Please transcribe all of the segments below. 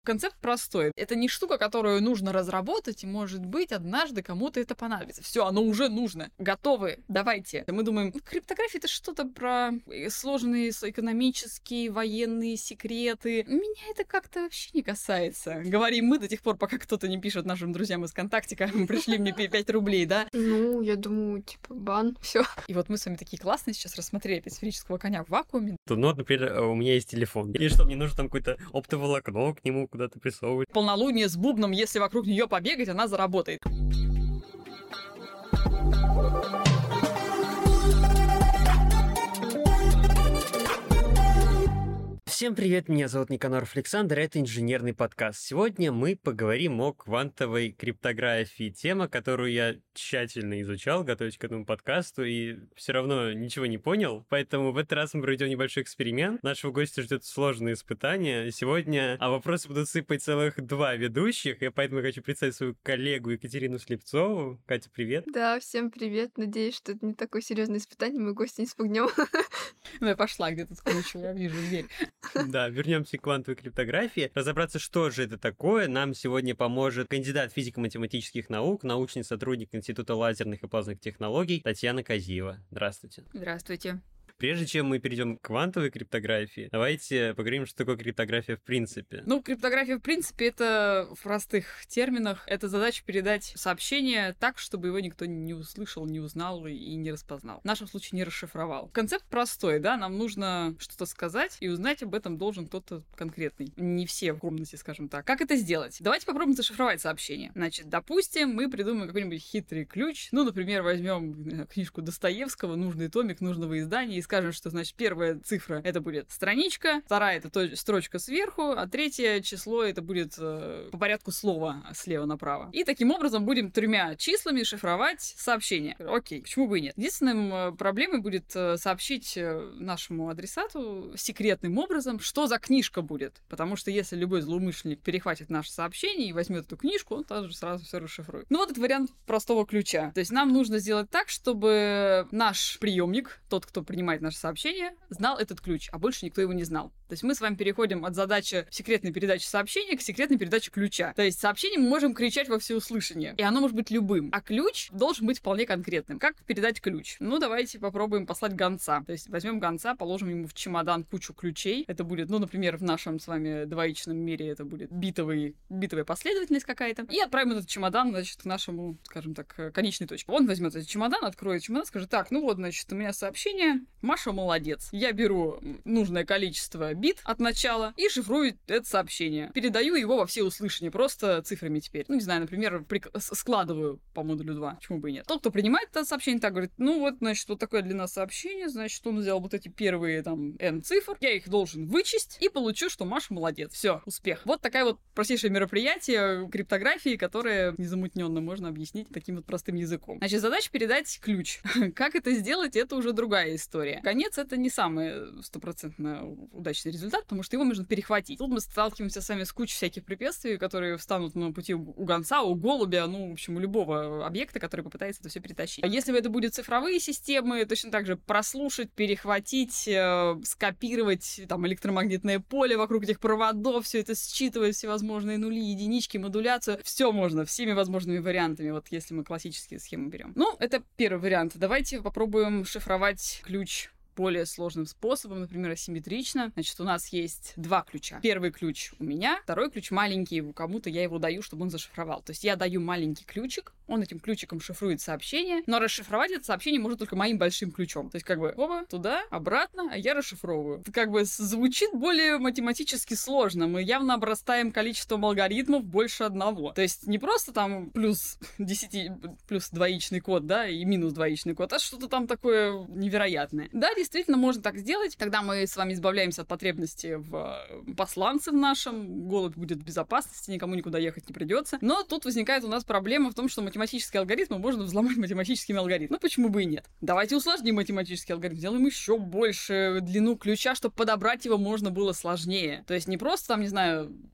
Концепт простой. Это не штука, которую нужно разработать, и, может быть, однажды кому-то это понадобится. Все, оно уже нужно. Готовы. Давайте. Мы думаем, криптография — это что-то про сложные экономические, военные секреты. Меня это как-то вообще не касается. Говорим мы до тех пор, пока кто-то не пишет нашим друзьям из ВКонтактика: пришли мне 5 рублей, да? Я думаю, бан, все. И вот мы с вами такие классные сейчас рассмотрели опять сферического коня в вакууме. Например, у меня есть телефон. Или что, мне нужно там какое-то оптоволокно к нему куда-то присовывать. Полнолуние с бубном, если вокруг нее побегать, она заработает. Всем привет, меня зовут Никаноров Александр, это инженерный подкаст. Сегодня мы поговорим о квантовой криптографии. Тема, которую я тщательно изучал, готовясь к этому подкасту, и все равно ничего не понял. Поэтому в этот раз мы проведем небольшой эксперимент. Нашего гостя ждет сложное испытание. Сегодня вопросы будут сыпать целых 2 ведущих, и поэтому я хочу представить свою коллегу Екатерину Слепцову. Катя, привет. Да, всем привет. Надеюсь, что это не такое серьезное испытание, мы гостя не спугнем. Ну, я пошла где-то скручу, я вижу дверь. Да, вернемся к квантовой криптографии. Разобраться, что же это такое, нам сегодня поможет кандидат физико-математических наук, научный сотрудник Института лазерных и плазменных технологий Татьяна Казиева. Здравствуйте. Здравствуйте. Прежде чем мы перейдем к квантовой криптографии, давайте поговорим, что такое криптография в принципе. Криптография в принципе это в простых терминах. Это задача передать сообщение так, чтобы его никто не услышал, не узнал и не распознал. В нашем случае не расшифровал. Концепт простой, да, нам нужно что-то сказать, и узнать об этом должен кто-то конкретный. Не все в комнате, скажем так. Как это сделать? Давайте попробуем зашифровать сообщение. Значит, допустим, мы придумаем какой-нибудь хитрый ключ. Например, возьмем книжку Достоевского, нужный томик нужного издания, и скажем, что, значит, первая цифра — это будет страничка, вторая — это строчка сверху, а третье число — это будет по порядку слова слева направо. И таким образом будем 3 числами шифровать сообщение. Окей, почему бы и нет? Единственной проблемой будет сообщить нашему адресату секретным образом, что за книжка будет. Потому что если любой злоумышленник перехватит наше сообщение и возьмет эту книжку, он тоже сразу все расшифрует. Вот это вариант простого ключа. То есть нам нужно сделать так, чтобы наш приемник, тот, кто принимает наше сообщение, знал этот ключ, а больше никто его не знал. То есть мы с вами переходим от задачи секретной передачи сообщения к секретной передаче ключа. То есть сообщение мы можем кричать во всеуслышание, и оно может быть любым, а ключ должен быть вполне конкретным. Как передать ключ? Давайте попробуем послать гонца. То есть возьмем гонца, положим ему в чемодан кучу ключей. Это будет, например, в нашем с вами двоичном мире это будет битовая последовательность какая-то. И отправим этот чемодан, значит, к нашему, скажем так, конечной точке. Он возьмет этот чемодан, откроет чемодан, скажет: так, значит, у меня сообщение, Маша молодец. Я беру нужное количество бит от начала и шифрую это сообщение. Передаю его во всеуслышание, просто цифрами теперь. Не знаю, например, складываю по модулю 2. Почему бы и нет? Тот, кто принимает это сообщение, так говорит: значит, вот такое длина сообщения, значит, он взял вот эти первые, n цифр, я их должен вычесть и получу, что Маша молодец. Все, успех. Вот такая вот простейшее мероприятие криптографии, которое незамутненно можно объяснить таким вот простым языком. Значит, задача передать ключ. Как это сделать, это уже другая история. Конец — это не самый стопроцентно удачный результат, потому что его можно перехватить. Тут мы сталкиваемся с вами с кучей всяких препятствий, которые встанут на пути у гонца, у голубя, в общем, у любого объекта, который попытается это все перетащить. А если это будут цифровые системы, точно так же прослушать, перехватить, скопировать электромагнитное поле вокруг этих проводов, все это считывать, всевозможные нули, единички, модуляцию. Все можно, всеми возможными вариантами, вот если мы классические схемы берем. Это первый вариант. Давайте попробуем шифровать ключ более сложным способом, например, асимметрично. Значит, у нас есть 2 ключа. Первый ключ у меня, второй ключ маленький, кому-то я его даю, чтобы он зашифровал. То есть я даю маленький ключик, он этим ключиком шифрует сообщение, но расшифровать это сообщение может только моим большим ключом. То есть оба, туда, обратно, а я расшифровываю. Это звучит более математически сложно. Мы явно обрастаем количеством алгоритмов больше одного. То есть не просто плюс 10, плюс двоичный код, да, и минус двоичный код, а что-то такое невероятное. Да, действительно можно так сделать. Тогда мы с вами избавляемся от потребности в посланце в нашем. Голубь будет в безопасности, никому никуда ехать не придется. Но тут возникает у нас проблема в том, что математические алгоритмы можно взломать математическими алгоритмами. Почему бы и нет? Давайте усложним математический алгоритм, сделаем еще больше длину ключа, чтобы подобрать его можно было сложнее. То есть не просто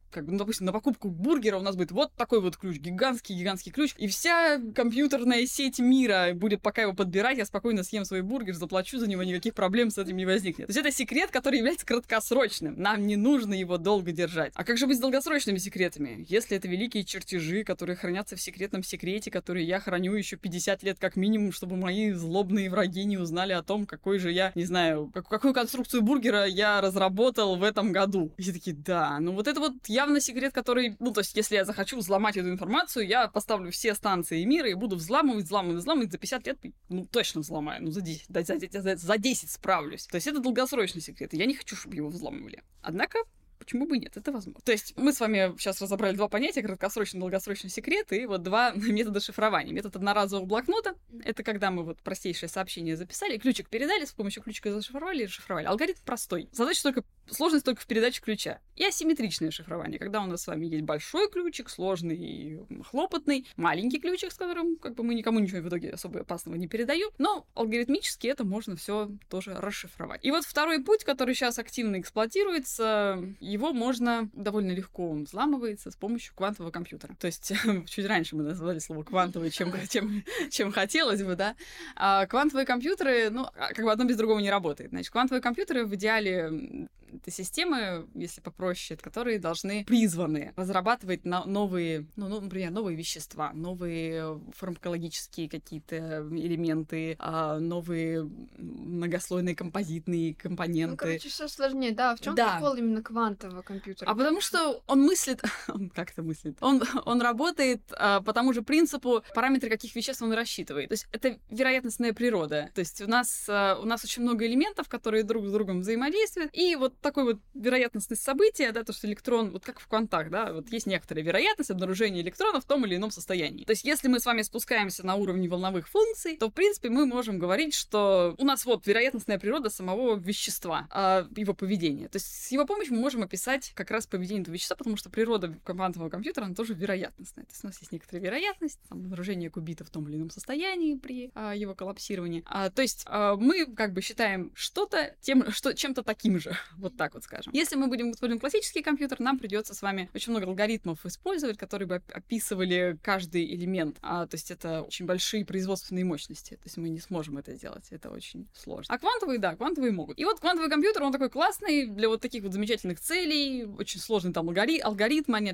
как бы, ну, допустим, на покупку бургера у нас будет вот такой вот ключ, гигантский ключ, и вся компьютерная сеть мира будет пока его подбирать, я спокойно съем свой бургер, заплачу за него, никаких проблем с этим не возникнет. То есть это секрет, который является краткосрочным. Нам не нужно его долго держать. А как же быть с долгосрочными секретами? Если это великие чертежи, которые хранятся в секретном секрете, которые я храню еще 50 лет как минимум, чтобы мои злобные враги не узнали о том, какой же я, не знаю, какую конструкцию бургера я разработал в этом году. И все такие, да, ну вот это вот явно секрет, который, ну то есть если я захочу взломать эту информацию, я поставлю все станции мира и буду взламывать за 50 лет, ну точно взломаю, ну за 10 справлюсь. То есть это долгосрочный секрет, и я не хочу, чтобы его взламывали. Однако, почему бы и нет? Это возможно. То есть мы с вами сейчас разобрали два понятия: краткосрочный и долгосрочный секрет, и вот два метода шифрования. Метод одноразового блокнота — это когда мы вот простейшее сообщение записали, ключик передали, с помощью ключика зашифровали и расшифровали. Алгоритм простой. Сложность только в передаче ключа. И асимметричное шифрование, когда у нас с вами есть большой ключик, сложный и хлопотный, маленький ключик, с которым как бы мы никому ничего в итоге особо опасного не передаем, но алгоритмически это можно все тоже расшифровать. И вот второй путь, который сейчас активно эксплуатируется, его можно довольно легко, он взламывается с помощью квантового компьютера. То есть чуть раньше мы назвали слово квантовый, чем хотелось бы, да. А квантовые компьютеры, ну, как бы одно без другого не работает. Значит, квантовые компьютеры в идеале это системы, если попроще, которые призваны разрабатывать новые, например, новые вещества, новые фармакологические какие-то элементы, новые многослойные композитные компоненты. Ну, короче, все сложнее, да. В чем прикол именно квантового компьютера? А потому что он мыслит... Как это мыслит? Он работает по тому же принципу, параметры каких веществ он рассчитывает. То есть это вероятностная природа. То есть у нас очень много элементов, которые друг с другом взаимодействуют, и вот такой вот вероятностность события, да, то, что электрон, вот как в квантах, да, вот есть некоторая вероятность обнаружения электрона в том или ином состоянии. То есть если мы с вами спускаемся на уровне волновых функций, то, в принципе, мы можем говорить, что у нас вот вероятностная природа самого вещества, его поведения. То есть с его помощью мы можем описать как раз поведение этого вещества, потому что природа квантового компьютера, она тоже вероятностная. То есть у нас есть некоторая вероятность обнаружения кубита в том или ином состоянии при его коллапсировании. То есть мы как бы считаем что-то чем-то таким же. Вот так вот скажем. Если мы будем использовать классический компьютер, нам придется с вами очень много алгоритмов использовать, которые бы описывали каждый элемент. То есть это очень большие производственные мощности. То есть мы не сможем это сделать. Это очень сложно. А квантовые могут. И вот квантовый компьютер, он такой классный для вот таких вот замечательных целей. Очень сложный там алгоритмы, они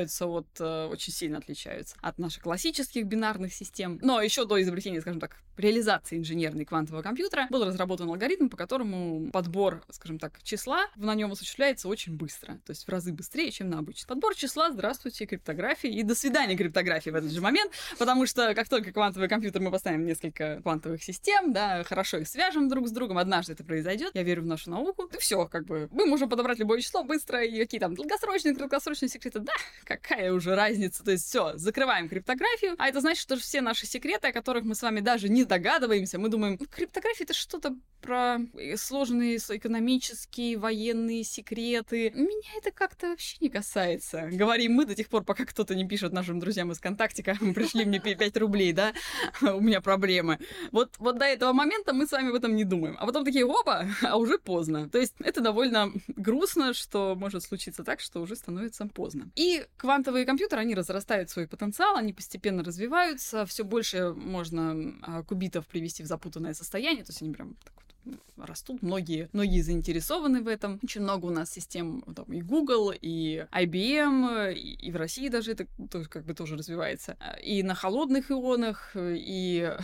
очень сильно отличаются от наших классических бинарных систем. Но еще до изобретения, скажем так, реализации инженерной квантового компьютера был разработан алгоритм, по которому подбор, скажем так, числа на нем осуществляется очень быстро, то есть в разы быстрее, чем на обычном. Подбор числа, здравствуйте, криптография, и до свидания криптографии в этот же момент, потому что как только квантовый компьютер мы поставим несколько квантовых систем, да, хорошо их свяжем друг с другом, однажды это произойдет, я верю в нашу науку, и все, как бы, мы можем подобрать любое число быстро, и какие там долгосрочные, краткосрочные секреты, да, какая уже разница, то есть все, закрываем криптографию, а это значит, что все наши секреты, о которых мы с вами даже не догадываемся, мы думаем, криптография — это что-то про сложные экономические, военные секреты. Меня это как-то вообще не касается. Говорим мы до тех пор, пока кто-то не пишет нашим друзьям из ВКонтакте, пришли мне 5 рублей, да, у меня проблемы. Вот до этого момента мы с вами в этом не думаем. А потом такие, опа, а уже поздно. То есть это довольно грустно, что может случиться так, что уже становится поздно. И квантовые компьютеры, они разрастают свой потенциал, они постепенно развиваются, все больше можно кубитов привести в запутанное состояние, то есть они прям так вот растут, многие заинтересованы в этом. Очень много у нас систем, там, и Google, и IBM, и в России даже это тоже развивается. И на холодных ионах, и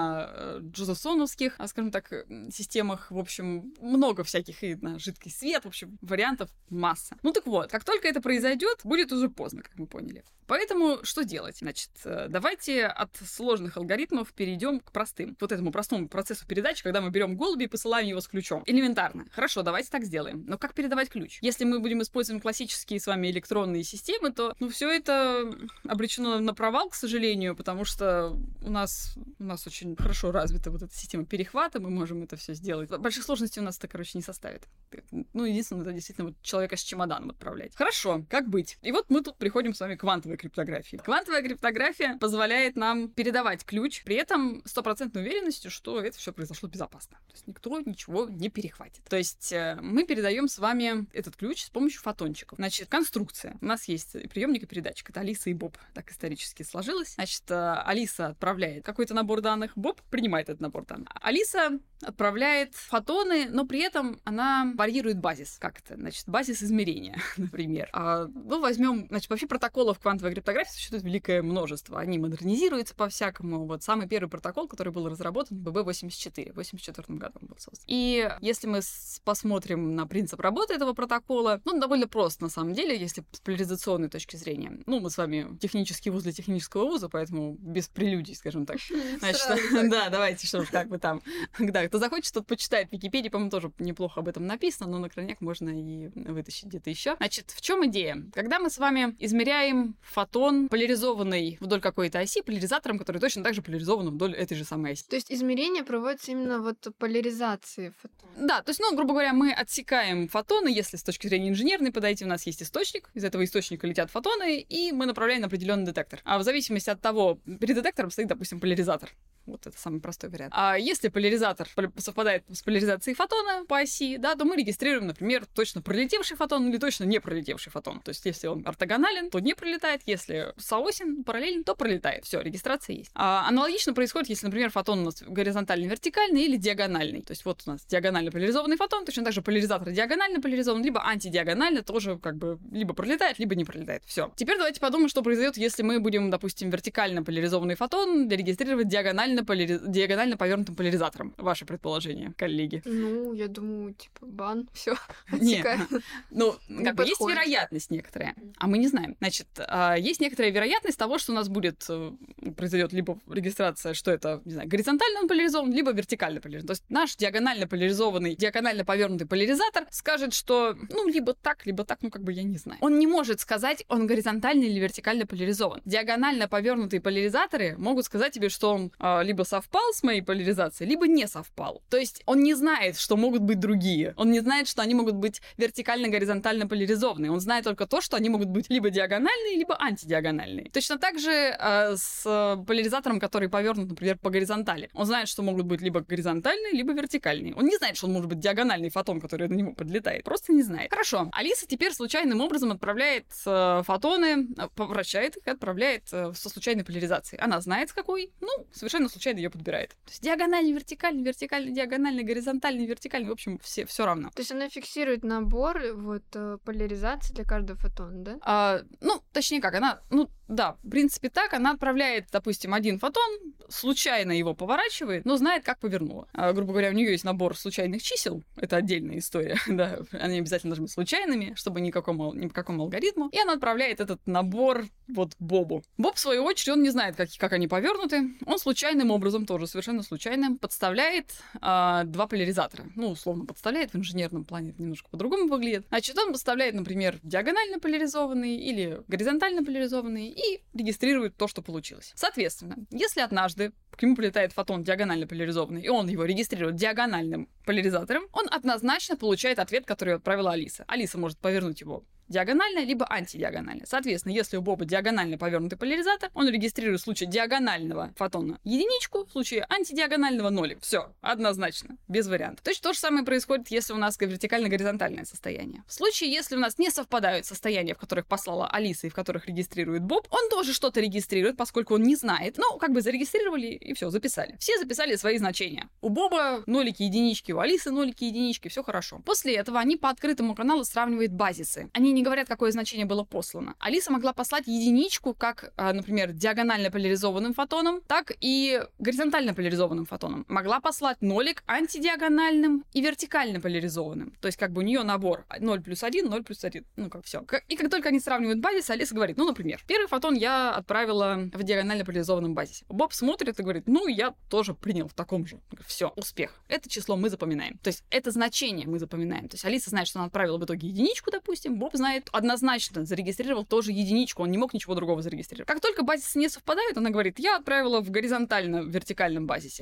на джозефсоновских, скажем так, системах, в общем, много всяких, и на жидкий свет, в общем, вариантов масса. Ну так вот, как только это произойдет, будет уже поздно, как мы поняли. Поэтому что делать? Значит, давайте от сложных алгоритмов перейдем к простым. Вот этому простому процессу передачи, когда мы берем голубя и посылаем его с ключом. Элементарно. Хорошо, давайте так сделаем. Но как передавать ключ? Если мы будем использовать классические с вами электронные системы, то все это обречено на провал, к сожалению, потому что у нас очень хорошо развита вот эта система перехвата, мы можем это все сделать. Больших сложностей у нас это, не составит. Единственное, это действительно вот человека с чемоданом отправлять. Хорошо, как быть? И вот мы тут приходим с вами к квантовой квантовой криптографии. Квантовая криптография позволяет нам передавать ключ, при этом 100% уверенностью, что это все произошло безопасно. То есть никто ничего не перехватит. То есть мы передаем с вами этот ключ с помощью фотончиков. Значит, конструкция. У нас есть приемник и передатчик. Это Алиса и Боб. Так исторически сложилось. Значит, Алиса отправляет какой-то набор данных, Боб принимает этот набор данных. Алиса отправляет фотоны, но при этом она варьирует базис. Как это? Значит, базис измерения, например. Возьмем, значит, вообще протоколов квантовой криптографии существует великое множество. Они модернизируются по-всякому. Вот самый первый протокол, который был разработан, BB84. В 1984 году он был создан. И если мы посмотрим на принцип работы этого протокола, он довольно прост, на самом деле, если с поляризационной точки зрения. Мы с вами технический вуз для технического вуза, поэтому без прелюдий, скажем так. Значит, да, давайте, что ж, как бы там. Да, кто захочет, тот почитает. В Википедии, по-моему, тоже неплохо об этом написано, но на крайняк можно и вытащить где-то еще. Значит, в чем идея? Когда мы с вами измеряем фотон, поляризованный вдоль какой-то оси, поляризатором, который точно так же поляризован вдоль этой же самой оси. То есть измерение проводится именно вот поляризации фотона. Да, то есть, грубо говоря, мы отсекаем фотоны, если с точки зрения инженерной подойти, у нас есть источник, из этого источника летят фотоны, и мы направляем на определенный детектор. А в зависимости от того, перед детектором стоит, допустим, поляризатор. Вот это самый простой вариант. А если поляризатор совпадает с поляризацией фотона по оси, да, то мы регистрируем, например, точно пролетевший фотон или точно не пролетевший фотон. То есть, если он ортогонален, то не пролетает, если соосен, параллелен, то пролетает. Все, регистрация есть. Аналогично происходит, если, например, фотон у нас горизонтальный, вертикальный или диагональный. То есть, вот у нас диагонально поляризованный фотон, точно так же поляризатор диагонально поляризован, либо антидиагонально тоже как бы либо пролетает, либо не пролетает. Все. Теперь давайте подумаем, что произойдет, если мы будем, допустим, вертикально поляризованный фотон регистрировать диагонально повернутым поляризатором. Ваше предположение, коллеги. Я думаю, бан, все. Нет. Как бы есть вероятность некоторая, а мы не знаем. Значит, есть некоторая вероятность того, что у нас произойдет либо регистрация, что это, не знаю, горизонтально он поляризован, либо вертикально поляризован. То есть наш диагонально поляризованный, диагонально повернутый поляризатор скажет, что, либо так, я не знаю. Он не может сказать, он горизонтально или вертикально поляризован. Диагонально повернутые поляризаторы могут сказать тебе, что он либо совпал с моей поляризацией, либо не совпал. То есть он не знает, что могут быть другие. Он не знает, что они могут быть вертикально-горизонтально поляризованные. Он знает только то, что они могут быть либо диагональные, либо антидиагональные. Точно так же с поляризатором, который повернут, например, по горизонтали. Он знает, что могут быть либо горизонтальные, либо вертикальные. Он не знает, что он может быть диагональный фотон, который на него подлетает. Просто не знает. Хорошо. Алиса теперь случайным образом отправляет фотоны, повращает их и отправляет со случайной поляризацией. Она знает, с какой. Совершенно случайно ее подбирает. То есть диагональный, вертикальный, диагональный, горизонтальный, вертикальный. В общем, все равно. То есть она фиксирует набор поляризации для каждого фотона, да? Точнее как, она, в принципе так, она отправляет, допустим, один фотон, случайно его поворачивает, но знает, как повернула. Грубо говоря, у нее есть набор случайных чисел, это отдельная история, да, они обязательно должны быть случайными, чтобы ни по какому алгоритму, и она отправляет этот набор Бобу. Боб, в свою очередь, он не знает, как они повернуты, он случайным образом, тоже совершенно случайным, подставляет два поляризатора. Условно подставляет, в инженерном плане это немножко по-другому выглядит. Значит, он подставляет, например, диагонально поляризованный или горизонтально поляризованный и регистрирует то, что получилось. Соответственно, если однажды к нему прилетает фотон диагонально поляризованный, и он его регистрирует диагональным поляризатором, он однозначно получает ответ, который отправила Алиса. Алиса может повернуть его диагонально, либо антидиагонально. Соответственно, если у Боба диагонально повернутый поляризатор, он регистрирует в случае диагонального фотона единичку, в случае антидиагонального нолик. Все, однозначно, без вариантов. Точно то же самое происходит, если у нас вертикально-горизонтальное состояние. В случае, если у нас не совпадают состояния, в которых послала Алиса и в которых регистрирует Боб, он тоже что-то регистрирует, поскольку он не знает. Зарегистрировали и все, записали. Все записали свои значения. У Боба нолики, единички, у Алисы нолики, единички, все хорошо. После этого они по открытому каналу сравнивают базисы. Они не говорят, какое значение было послано. Алиса могла послать единичку как, например, диагонально поляризованным фотоном, так и горизонтально поляризованным фотоном. Могла послать нолик антидиагональным и вертикально поляризованным. То есть у нее набор 0 плюс 1, 0 плюс 1. Все. И как только они сравнивают базисы, Алиса говорит, например, первый фотон я отправила в диагонально поляризованном базисе. Боб смотрит и говорит, я тоже принял в таком же. Все, успех. Это число мы запоминаем. То есть это значение мы запоминаем. То есть Алиса знает, что она отправила в итоге единичку, допустим, Боб знает, однозначно зарегистрировал тоже единичку, он не мог ничего другого зарегистрировать. Как только базисы не совпадают, она говорит, я отправила в горизонтально-вертикальном базисе.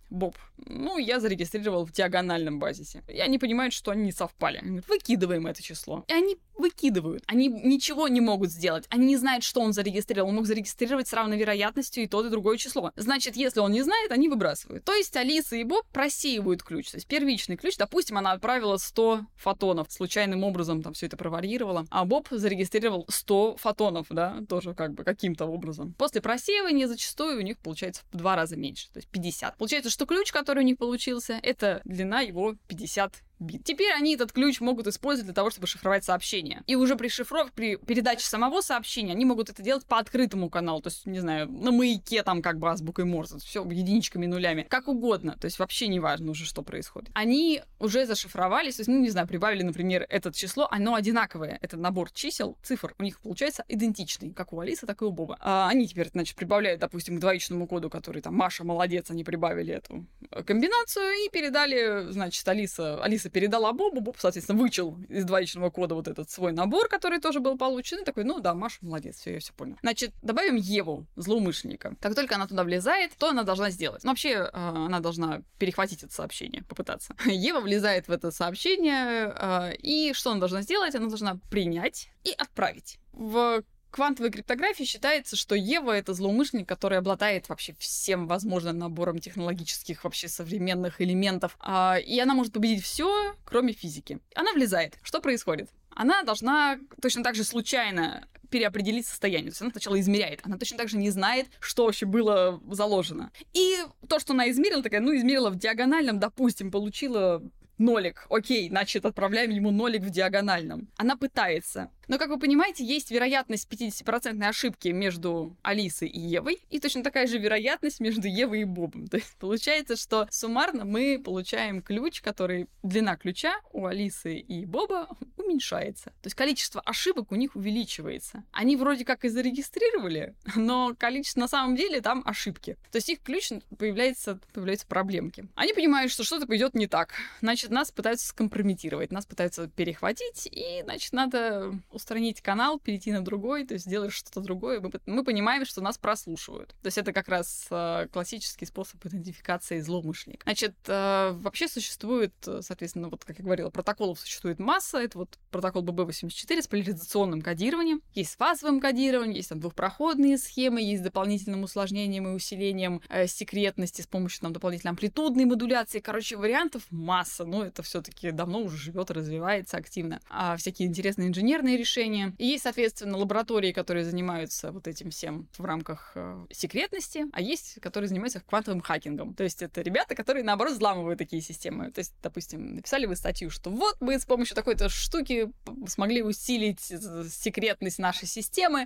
Боб, я зарегистрировал в диагональном базисе. И они понимают, что они не совпали. Они говорят, выкидываем это число. И они выкидывают. Они ничего не могут сделать. Они не знают, что он зарегистрировал. Он мог зарегистрировать с равной вероятностью и то, и другое число. Значит, если он не знает, они выбрасывают. То есть Алиса и Боб просеивают ключ. То есть первичный ключ, допустим, она отправила 100 фотонов. Случайным образом там все это проварьировала. А Боб зарегистрировал 100 фотонов, да, тоже как бы каким-то образом. После просеивания зачастую у них получается в 2 раза меньше, то есть 50. Получается, что ключ, который у них получился, это длина его 50 бит. Теперь они этот ключ могут использовать для того, чтобы шифровать сообщение. И уже при шифровке, при передаче самого сообщения, они могут это делать по открытому каналу. То есть, не знаю, на маяке там как бы азбукой Морзе. Все единичками, нулями. Как угодно. То есть вообще не важно уже, что происходит. Они уже зашифровались. То есть, не знаю, прибавили, например, это число. Оно одинаковое. Это набор чисел, цифр. У них получается идентичный. Как у Алисы, так и у Боба. Они теперь, значит, прибавляют, допустим, к двоичному коду, который там Маша молодец, они прибавили эту комбинацию и передали, значит, Алиса передала Бобу, Боб, соответственно, вычел из двоичного кода вот этот свой набор, который тоже был получен, и такой, да, Маша молодец, все, я все понял. Значит, добавим Еву, злоумышленника. Как только она туда влезает, то она должна сделать. Вообще, она должна перехватить это сообщение, попытаться. Ева влезает в это сообщение, и что она должна сделать? Она должна принять и отправить. В квантовой криптографии считается, что Ева — это злоумышленник, который обладает вообще всем возможным набором технологических вообще современных элементов. И она может победить все, кроме физики. Она влезает. Что происходит? Она должна точно так же случайно переопределить состояние. То есть она сначала измеряет. Она точно так же не знает, что вообще было заложено. И то, что она измерила, измерила в диагональном, допустим, получила нолик. Окей, значит, отправляем ему нолик в диагональном. Она пытается. Но, как вы понимаете, есть вероятность 50% ошибки между Алисой и Евой, и точно такая же вероятность между Евой и Бобом. То есть получается, что суммарно мы получаем ключ, который длина ключа у Алисы и Боба уменьшается. То есть количество ошибок у них увеличивается. Они вроде как и зарегистрировали, но количество на самом деле там ошибки. То есть их ключ появляются проблемки. Они понимают, что что-то пойдет не так. Значит, нас пытаются скомпрометировать, нас пытаются перехватить, и, значит, надо устранить канал, перейти на другой, то есть делаешь что-то другое. Мы понимаем, что нас прослушивают. То есть это как раз классический способ идентификации злоумышленника. Значит, вообще существует, соответственно, вот как я говорила, протоколов существует масса. Это вот протокол BB84 с поляризационным кодированием. Есть с фазовым кодированием, есть там двухпроходные схемы, есть с дополнительным усложнением и усилением секретности с помощью там дополнительной амплитудной модуляции. Короче, вариантов масса. Но это все-таки давно уже живет и развивается активно. А всякие интересные инженерные решения. И есть, соответственно, лаборатории, которые занимаются вот этим всем в рамках секретности, а есть, которые занимаются квантовым хакингом. То есть это ребята, которые, наоборот, взламывают такие системы. То есть, допустим, написали вы статью, что вот мы с помощью такой-то штуки смогли усилить секретность нашей системы,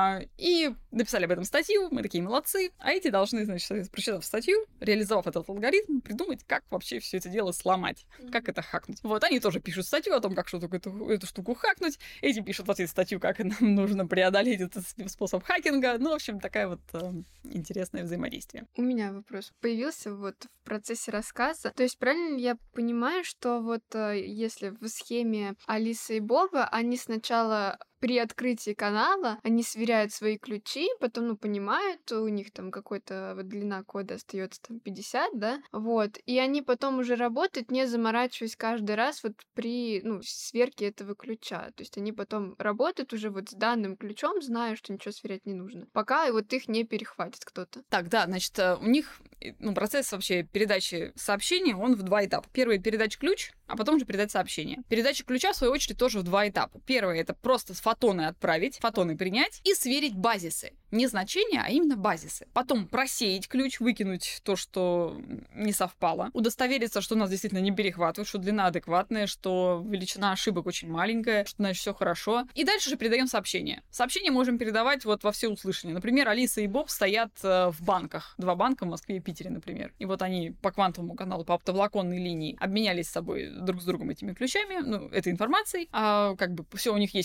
и написали об этом статью, мы такие молодцы, а эти должны, значит, прочитав статью, реализовав этот алгоритм, придумать, как вообще все это дело сломать, как это хакнуть. Вот, они тоже пишут статью о том, как эту штуку хакнуть, эти пишут в ответ статью, как нам нужно преодолеть этот способ хакинга. Ну, в общем, такая вот интересное взаимодействие. У меня вопрос появился вот в процессе рассказа. То есть правильно я понимаю, что вот если в схеме Алисы и Боба они сначала при открытии канала они сверяют свои ключи, потом, понимают, у них там какой-то вот длина кода остается там 50, да, вот, и они потом уже работают, не заморачиваясь каждый раз вот при, сверке этого ключа, то есть они потом работают уже вот с данным ключом, зная, что ничего сверять не нужно, пока вот их не перехватит кто-то. Так, да, значит, у них процесс вообще передачи сообщения, он в 2 этапа. Первый — передать ключ, а потом же передать сообщение. Передача ключа, в свою очередь, тоже в 2 этапа. Первый — это просто фотоны отправить, фотоны принять и сверить базисы. Не значения, а именно базисы. Потом просеять ключ, выкинуть то, что не совпало. Удостовериться, что нас действительно не перехватывают, что длина адекватная, что величина ошибок очень маленькая, что, значит, все хорошо. И дальше же передаем сообщение. Сообщение можем передавать вот во всеуслышание. Например, Алиса и Боб стоят в банках. 2 банка в Москве и Питере, например. И вот они по квантовому каналу, по оптоволоконной линии обменялись с собой друг с другом этими ключами, этой информацией. Как бы все, у них есть ключики,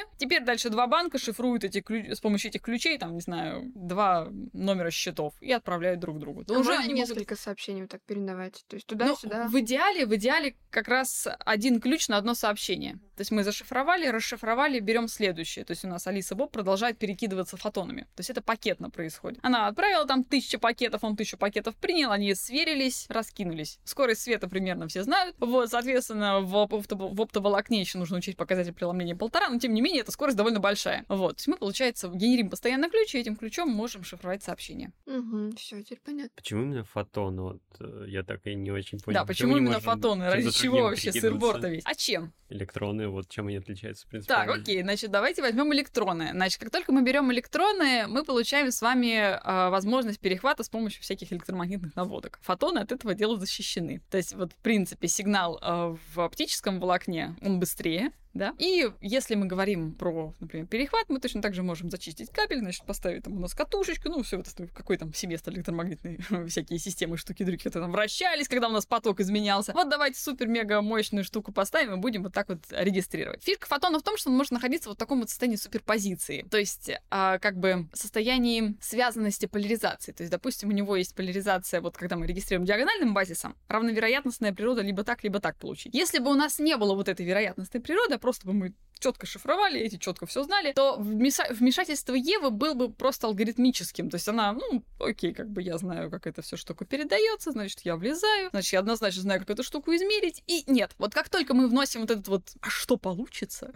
ключами. Теперь дальше два банка шифруют с помощью этих ключей, там, не знаю, 2 номера счетов и отправляют друг другу. А уже несколько сообщений вот так передавать? То есть туда-сюда? В идеале как раз один ключ на одно сообщение. То есть мы зашифровали, расшифровали, берем следующее. То есть у нас Алиса Боб продолжает перекидываться фотонами. То есть это пакетно происходит. Она отправила там 1000 пакетов, он 1000 пакетов принял, они сверились, раскинулись. Скорость света примерно все знают. Вот, соответственно, в оптоволокне еще нужно учесть показатель преломления 1,5, но тем не менее эта скорость довольно большая. Вот, то есть мы, получается, генерим постоянно ключ, и этим ключом можем шифровать сообщение. Все, теперь понятно. Почему именно фотоны? Вот я так и не очень понял. Да, почему именно фотоны? Ради чего вообще сыр-бор-то весь? А чем? Электроны, вот чем они отличаются, в принципе. Так, окей, значит, давайте возьмем электроны. Значит, как только мы берем электроны, мы получаем с вами возможность перехвата с помощью всяких электромагнитных наводок. Фотоны от этого дела защищены. То есть, вот, в принципе, сигнал в оптическом волокне, он быстрее, да? И если мы говорим про, например, перехват, мы точно так же можем зачистить кабель, значит, поставить там у нас катушечку, ну, все это какой там семестр электромагнитной всякие системы, штуки-дрюки, это там вращались, когда у нас поток изменялся. Вот давайте супер-мега мощную штуку поставим и будем вот так вот регистрировать. Фишка фотона в том, что он может находиться вот в таком вот состоянии суперпозиции, то есть как бы состоянии связанности поляризации. То есть, допустим, у него есть поляризация, вот когда мы регистрируем диагональным базисом, равновероятностная природа либо так получить. Если бы у нас не было вот этой вероятностной природы, просто бы мы четко шифровали, эти четко все знали, то вмешательство Евы был бы просто алгоритмическим. То есть она, ну, окей, как бы я знаю, как эта вся штука передается, значит, я влезаю, значит, я однозначно знаю, как эту штуку измерить. И нет, вот как только мы вносим вот этот вот, а что получится?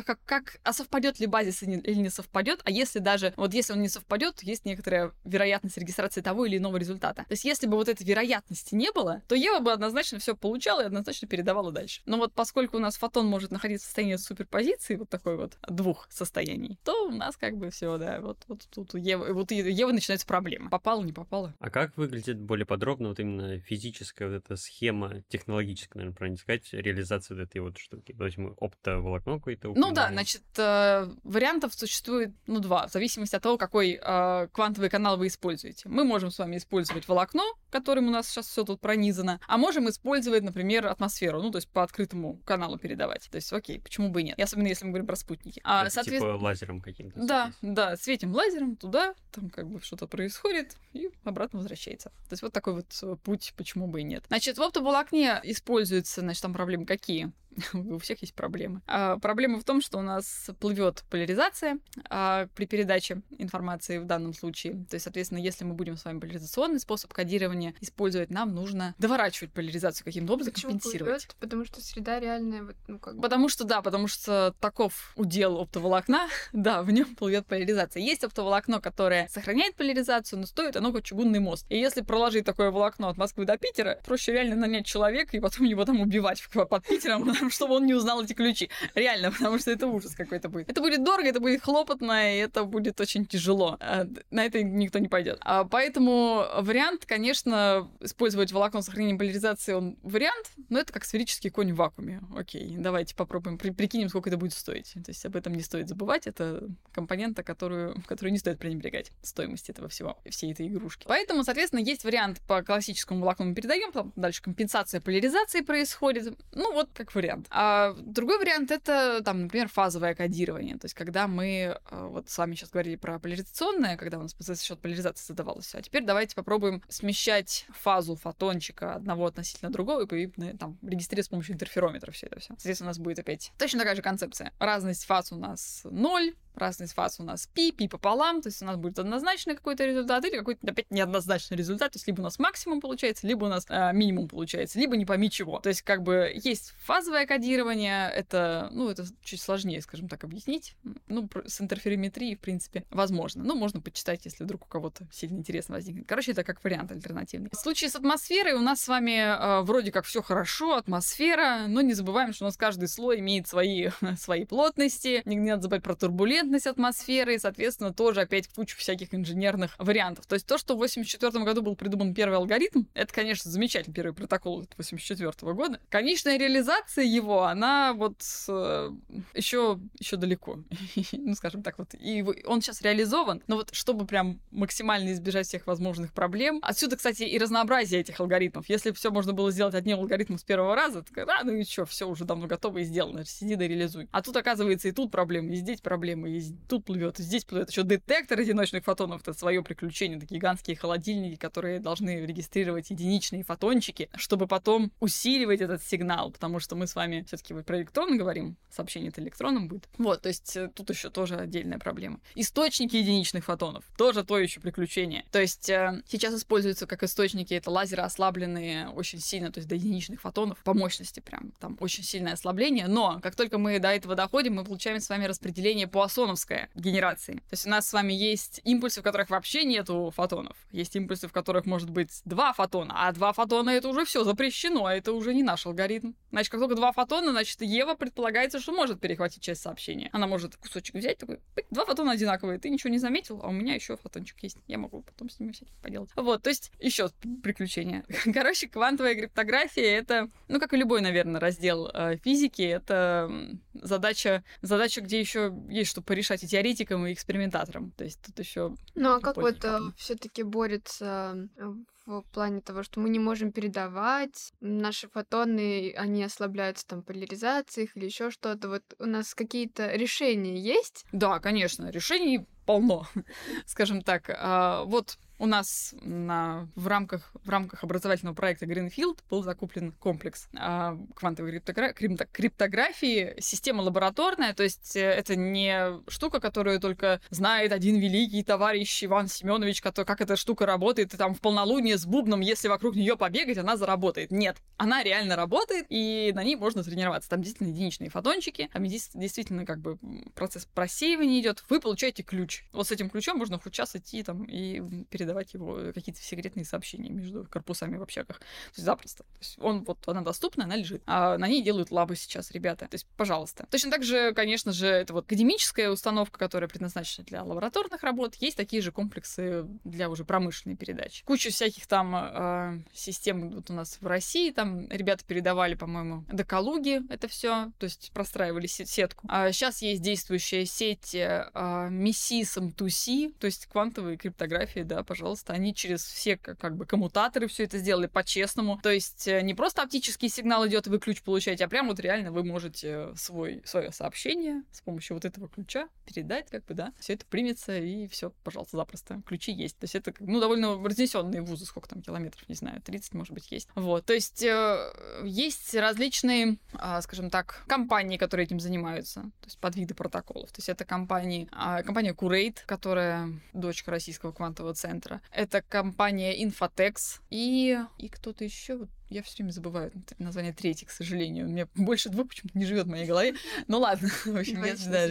А совпадет ли базис или не совпадет? А если даже, вот если он не совпадет, то есть некоторая вероятность регистрации того или иного результата. То есть если бы вот этой вероятности не было, то Ева бы однозначно все получала и однозначно передавала дальше. Но вот поскольку у нас фотон может находиться в состоянии суперпозиции, вот такой вот двух состояний, то у нас как бы все, да, вот тут у Евы начинаются проблемы. Попало, не попало. А как выглядит более подробно вот именно физическая вот эта схема, технологическая, наверное, правильно сказать, реализация вот этой вот штуки? То есть мы оптоволокно какое-то упоминали. Ну да, значит, вариантов существует, два, в зависимости от того, какой квантовый канал вы используете. Мы можем с вами использовать волокно, которым у нас сейчас все тут пронизано, а можем использовать, например, атмосферу, ну, то есть по открытому каналу передавать. То есть, окей, почему бы и нет? И особенно если мы говорим про спутники. Типа лазером каким-то. Да, светим лазером туда, там как бы что-то происходит, и обратно возвращается. То есть вот такой вот путь, почему бы и нет. Значит, в оптоволокне используется, значит, там проблемы какие? У всех есть проблемы. Проблема в том, что у нас плывет поляризация при передаче информации в данном случае. То есть, соответственно, если мы будем с вами поляризационный способ кодирования использовать, нам нужно доворачивать поляризацию каким-то образом, компенсировать. Плывёт? Потому что среда реальная, вот, ну как бы... Потому что таков удел оптоволокна, да, в нем плывет поляризация. Есть оптоволокно, которое сохраняет поляризацию, но стоит оно как чугунный мост. И если проложить такое волокно от Москвы до Питера, проще реально нанять человека и потом его там убивать под Питером, чтобы он не узнал эти ключи. Реально, потому что это ужас какой-то будет. Это будет дорого, это будет хлопотно, и это будет очень тяжело. На это никто не пойдет. Поэтому вариант, конечно, использовать волокно с сохранением поляризации, он вариант, но это как сферический конь в вакууме. Окей, давайте попробуем, прикинем, сколько это будет стоить. То есть об этом не стоит забывать. Это компонента, которую не стоит пренебрегать. Стоимость этого всего, всей этой игрушки. Поэтому, соответственно, есть вариант по классическому волокну мы передаем, потом дальше компенсация поляризации происходит. Ну, вот как вариант. А другой вариант — это, там, например, фазовое кодирование. То есть, когда мы вот с вами сейчас говорили про поляризационное, когда у нас за счет поляризации создавалось. А теперь давайте попробуем смещать фазу фотончика одного относительно другого и там, регистрировать с помощью интерферометра все это все. Соответственно, у нас будет опять точно такая же концепция. Разность фаз у нас 0, разность фаз у нас пи пополам, то есть у нас будет однозначный какой-то результат или какой-то опять неоднозначный результат, то есть либо у нас максимум получается, либо у нас минимум получается, либо не пойми чего. То есть как бы есть фазовое кодирование, это чуть сложнее, скажем так, объяснить. Ну, с интерферометрией, в принципе, возможно. Ну, можно почитать, если вдруг у кого-то сильно интересно возникнет. Короче, это как вариант альтернативный. В случае с атмосферой у нас с вами вроде как все хорошо, атмосфера, но не забываем, что у нас каждый слой имеет свои плотности. Не надо забывать про турбулентность, турбулентность атмосферы, и, соответственно, тоже опять кучу всяких инженерных вариантов. То есть то, что в 1984 году был придуман первый алгоритм, это, конечно, замечательный первый протокол 1984 года. Конечная реализация его, она вот еще далеко. Ну, скажем так, вот. И он сейчас реализован, но вот чтобы прям максимально избежать всех возможных проблем. Отсюда, кстати, и разнообразие этих алгоритмов. Если все можно было сделать одним алгоритмом с первого раза, так, ну и что, все уже давно готово и сделано, сиди да реализуй. А тут, оказывается, и тут проблемы, и здесь проблемы, и тут плывет, и здесь плывет. Еще детектор одиночных фотонов — это свое приключение, это гигантские холодильники, которые должны регистрировать единичные фотончики, чтобы потом усиливать этот сигнал, потому что мы с вами все-таки про электроны говорим, сообщение-то электроном будет. Вот, то есть тут еще тоже отдельная проблема. Источники единичных фотонов тоже то еще приключение. То есть сейчас используются как источники, это лазеры ослабленные очень сильно, то есть до единичных фотонов по мощности прям, там очень сильное ослабление, но как только мы до этого доходим, мы получаем с вами распределение пуассоновской генерации. То есть у нас с вами есть импульсы, в которых вообще нету фотонов. Есть импульсы, в которых может быть 2 фотона, а 2 фотона — это уже все запрещено, это уже не наш алгоритм. Значит, как только 2 фотона, значит, Ева предполагается, что может перехватить часть сообщения. Она может кусочек взять, такой, 2 фотона одинаковые, ты ничего не заметил, а у меня еще фотончик есть. Я могу потом с ними всяких поделать. Вот, то есть еще приключения. Короче, квантовая криптография — это, ну, как и любой, наверное, раздел физики, это задача, где еще есть что порешать и теоретикам, и экспериментаторам. То есть тут еще. Ну а как вот все-таки борется в плане того, что мы не можем передавать наши фотоны, они ослабляются там поляризацией или еще что-то. Вот у нас какие-то решения есть? Да, конечно, решений полно, скажем так. Вот у нас в рамках образовательного проекта Greenfield был закуплен комплекс квантовой криптографии, система лабораторная, то есть это не штука, которую только знает один великий товарищ Иван Семенович, как эта штука работает, и там в полнолуние с бубном, если вокруг нее побегать, она заработает. Нет, она реально работает, и на ней можно тренироваться. Там действительно единичные фотончики, там действительно как бы процесс просеивания идет. Вы получаете ключ. Вот с этим ключом можно хоть час идти там и передавать его какие-то секретные сообщения между корпусами в общагах. То есть запросто. То есть она доступна, она лежит. А на ней делают лабы сейчас ребята. То есть, пожалуйста. Точно так же, конечно же, это вот академическая установка, которая предназначена для лабораторных работ. Есть такие же комплексы для уже промышленной передачи. Куча всяких там систем вот у нас в России. Там ребята передавали, по-моему, до Калуги это все. То есть простраивали сетку. Сейчас есть действующая сеть MESIS M2C, то есть квантовые криптографии, да, пожалуйста. Они через все как бы коммутаторы все это сделали по-честному. То есть не просто оптический сигнал идет, и вы ключ получаете, а прям вот реально вы можете свое сообщение с помощью вот этого ключа передать, как бы, да, все это примется, и все, пожалуйста, запросто. Ключи есть. То есть это, ну, довольно разнесенные вузы, сколько там километров, не знаю, 30, может быть, есть. Вот. То есть есть различные, скажем так, компании, которые этим занимаются, то есть подвиды протоколов. То есть это компания Qurate, которая дочка Российского квантового центра. Это компания Infotex и кто-то еще. Я все время забываю название третьей, к сожалению. У меня больше 2 почему-то не живет в моей голове. Ну ладно, в общем,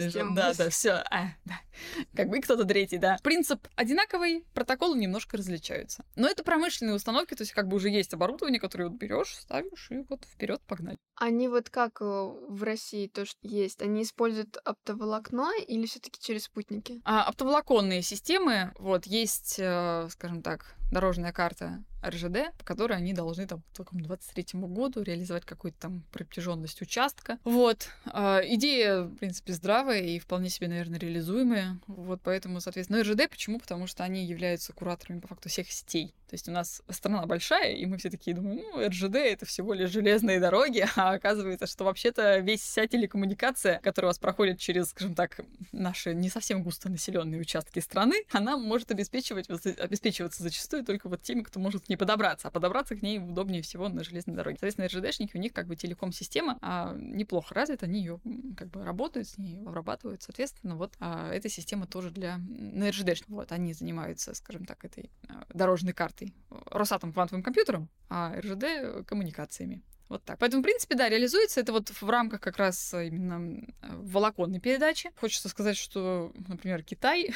да, все. Да. Как бы и кто-то третий, да. Принцип одинаковый, протоколы немножко различаются. Но это промышленные установки, то есть как бы уже есть оборудование, которое вот берешь, ставишь, и вот вперед погнали. Они вот как в России то, что есть, они используют оптоволокно или все-таки через спутники? Оптоволоконные системы, вот, есть, скажем так, дорожная карта РЖД, по которой они должны там к 2023 году реализовать какую-то там протяженность участка. Вот. Идея, в принципе, здравая и вполне себе, наверное, реализуемая. Вот поэтому, соответственно, РЖД почему? Потому что они являются кураторами по факту всех сетей. То есть у нас страна большая, и мы все такие думаем, ну, РЖД — это всего лишь железные дороги, а оказывается, что вообще-то вся телекоммуникация, которая у вас проходит через, скажем так, наши не совсем густонаселенные участки страны, она может обеспечиваться зачастую только вот теми, кто может к ней подобраться, а подобраться к ней удобнее всего на железной дороге. Соответственно, РЖДшники, у них как бы телеком-система неплохо развита, они ее как бы работают, с ней обрабатывают, соответственно, вот эта система тоже на РЖДшников. Вот, они занимаются, скажем так, этой дорожной картой. Росатом квантовым компьютером, а РЖД коммуникациями. Вот так. Поэтому, в принципе, да, реализуется это вот в рамках как раз именно волоконной передачи. Хочется сказать, что, например, Китай,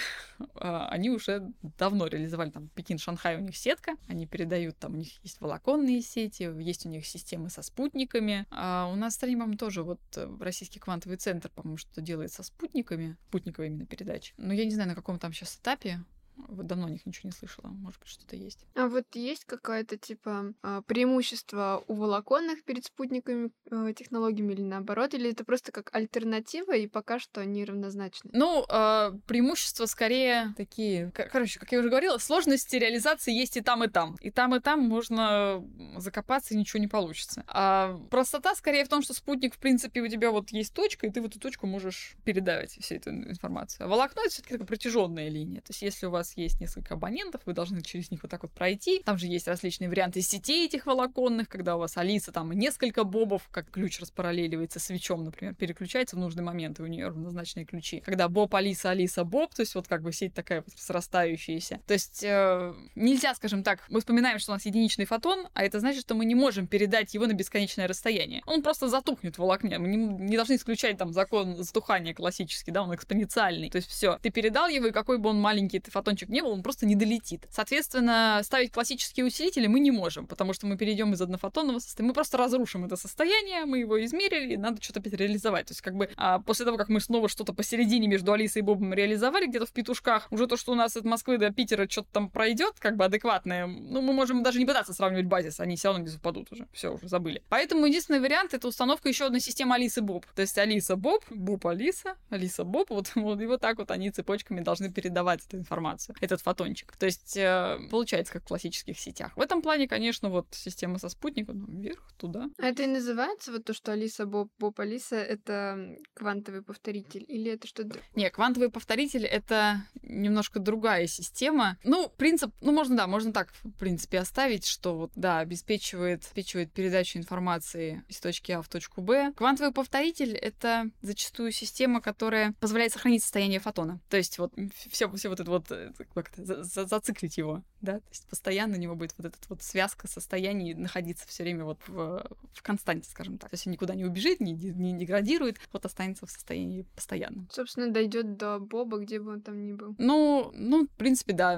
они уже давно реализовали, там, Пекин-Шанхай, у них сетка, они передают, там, у них есть волоконные сети, есть у них системы со спутниками. А у нас в стране, по-моему, тоже вот Российский квантовый центр, по-моему, что-то делает со спутниками, спутниковая именно передача. Но я не знаю, на каком там сейчас этапе. Вот давно о них ничего не слышала. Может быть, что-то есть. А вот есть какое-то, типа, преимущество у волоконных перед спутниковыми технологиями или наоборот? Или это просто как альтернатива, и пока что они равнозначны? Ну, преимущества скорее такие... Короче, как я уже говорила, сложности реализации есть и там, и там. И там можно закопаться, и ничего не получится. А простота скорее в том, что спутник, в принципе, у тебя вот есть точка, и ты в эту точку можешь передавать всю эту информацию. А волокно — это все-таки такая протяженная линия. То есть, если у вас есть несколько абонентов, вы должны через них вот так вот пройти. Там же есть различные варианты сетей этих волоконных, когда у вас Алиса, там несколько бобов, как ключ распараллеливается свечом, например, переключается в нужный момент, и у нее равнозначные ключи. Когда Боб, Алиса, Алиса, Боб, то есть вот как бы сеть такая вот срастающаяся. То есть нельзя, скажем так, мы вспоминаем, что у нас единичный фотон, а это значит, что мы не можем передать его на бесконечное расстояние. Он просто затухнет в волокне. Мы не должны исключать там закон затухания классический, да, он экспоненциальный. То есть все, ты передал его, и какой бы он маленький фотончик не был, он просто не долетит. Соответственно, ставить классические усилители мы не можем, потому что мы перейдем из однофотонного состояния, мы просто разрушим это состояние, мы его измерили, и надо что-то опять реализовать. То есть как бы после того, как мы снова что-то посередине между Алисой и Бобом реализовали где-то в петушках, уже то, что у нас от Москвы до Питера что-то там пройдет, как бы адекватное, ну, мы можем даже не пытаться сравнивать базис, они все равно не совпадут уже. Все, уже забыли. Поэтому единственный вариант — это установка еще одной системы Алисы Боб. То есть Алиса Боб, Боб Алиса, Алиса Боб, вот, и вот так вот они цепочками должны передавать эту информацию, этот фотончик. То есть получается, как в классических сетях. В этом плане, конечно, вот система со спутником вверх, туда. А это и называется вот то, что Алиса Боб, Боб Алиса — это квантовый повторитель? Или это что-то другое? Не, квантовый повторитель — это немножко другая система. Ну, принцип, ну, можно так, в принципе, оставить, что вот, да, обеспечивает передачу информации из точки А в точку Б. Квантовый повторитель — это зачастую система, которая позволяет сохранить состояние фотона. То есть вот все вот это вот, как это, зациклить его, да, то есть постоянно у него будет вот эта вот связка состояний находиться все время вот в константе, скажем так. То есть он никуда не убежит, не деградирует, вот останется в состоянии постоянном. Собственно, дойдет до Боба, где бы он там ни был. Ну, в принципе, да,